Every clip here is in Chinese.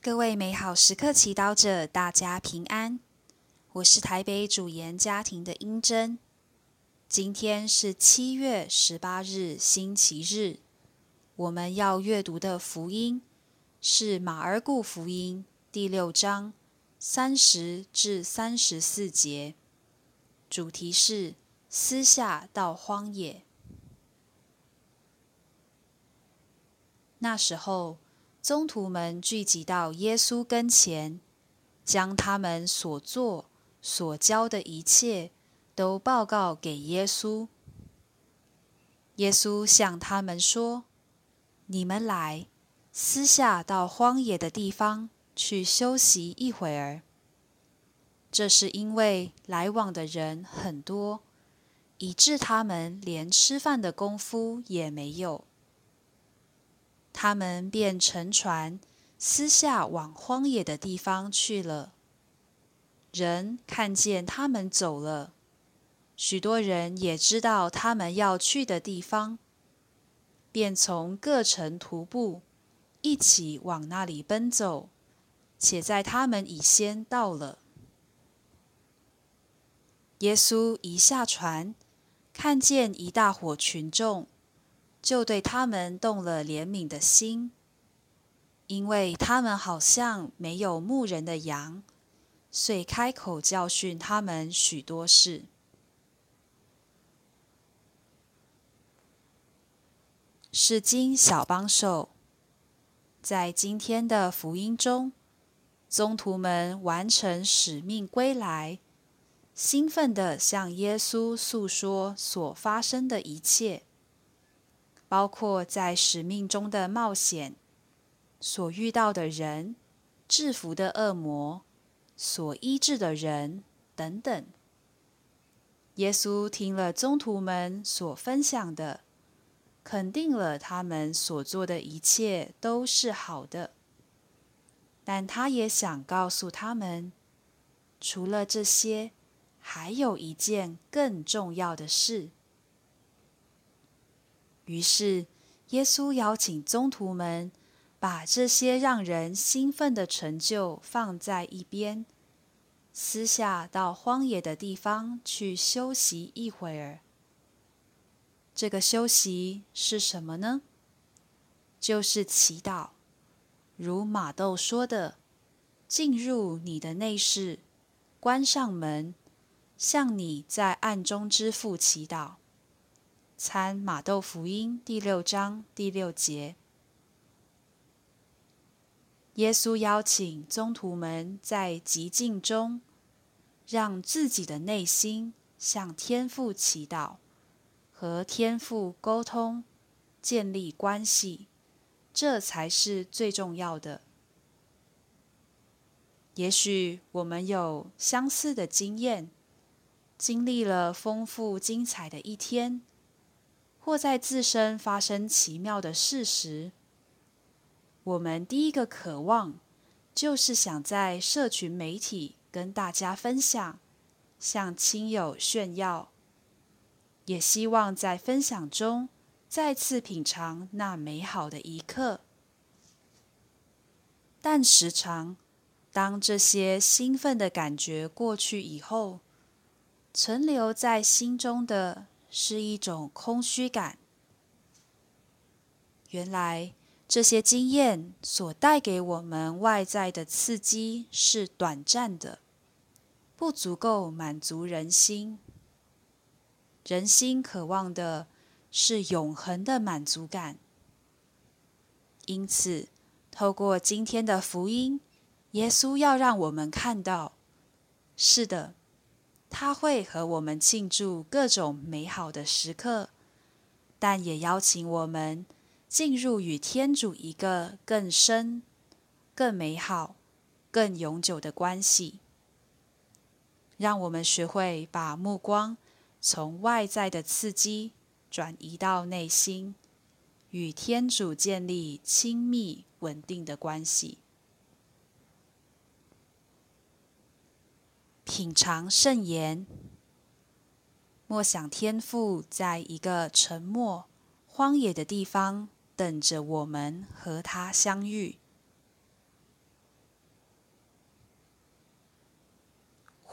各位美好时刻祈祷者，大家平安。我是台北主研家庭的英珍。今天是7月18日，星期日。我们要阅读的福音是马尔谷福音第6章30至34节，主题是私下到荒野。那时候，宗徒们聚集到耶稣跟前，将他们所做、所教的一切都报告给耶稣。耶稣向他们说：“你们来，私下到荒野的地方去休息一会儿。”这是因为来往的人很多，以致他们连吃饭的功夫也没有。他们便乘船，私下往荒野的地方去了。人看见他们走了，许多人也知道他们要去的地方，便从各城徒步，一起往那里奔走，且在他们以先到了。耶稣一下船，看见一大伙群众，就对他们动了怜悯的心，因为他们好像没有牧人的羊，遂开口教训他们许多事。释经小帮手，在今天的福音中，宗徒们完成使命归来，兴奋地向耶稣诉说所发生的一切，包括在使命中的冒险，所遇到的人，制服的恶魔，所医治的人等等。耶稣听了宗徒们所分享的，肯定了他们所做的一切都是好的，但他也想告诉他们，除了这些，还有一件更重要的事。于是，耶稣邀请宗徒们把这些让人兴奋的成就放在一边，私下到荒野的地方去休息一会儿。这个休息是什么呢？就是祈祷。如马窦说的，进入你的内室，关上门，向你在暗中之父祈祷。参马窦福音第6章第6节。耶稣邀请宗徒们在寂静中，让自己的内心向天父祈祷，和天父沟通，建立关系，这才是最重要的。也许我们有相似的经验，经历了丰富精彩的一天，或在自身发生奇妙的事时，我们第一个渴望就是想在社群媒体跟大家分享，向亲友炫耀，也希望在分享中再次品尝那美好的一刻。但时常，当这些兴奋的感觉过去以后，存留在心中的是一种空虚感。原来，这些经验所带给我们外在的刺激是短暂的，不足够满足人心。人心渴望的是永恒的满足感。因此，透过今天的福音，耶稣要让我们看到，是的，他会和我们庆祝各种美好的时刻，但也邀请我们进入与天主一个更深、更美好、更永久的关系。让我们学会把目光从外在的刺激转移到内心，与天主建立亲密稳定的关系。品尝圣言，默想天父在一个沉默、荒野的地方等着我们和他相遇。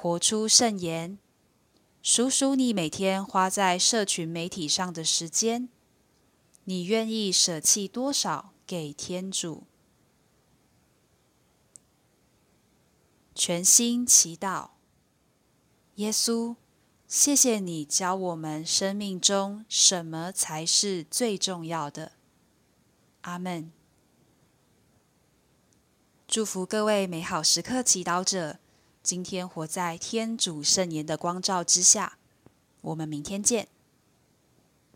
活出圣言。数数你每天花在社群媒体上的时间，你愿意舍弃多少给天主？全心祈祷。耶稣，谢谢你教我们生命中什么才是最重要的。阿们。祝福各位美好时刻祈祷者，今天活在天主圣言的光照之下。我们明天见。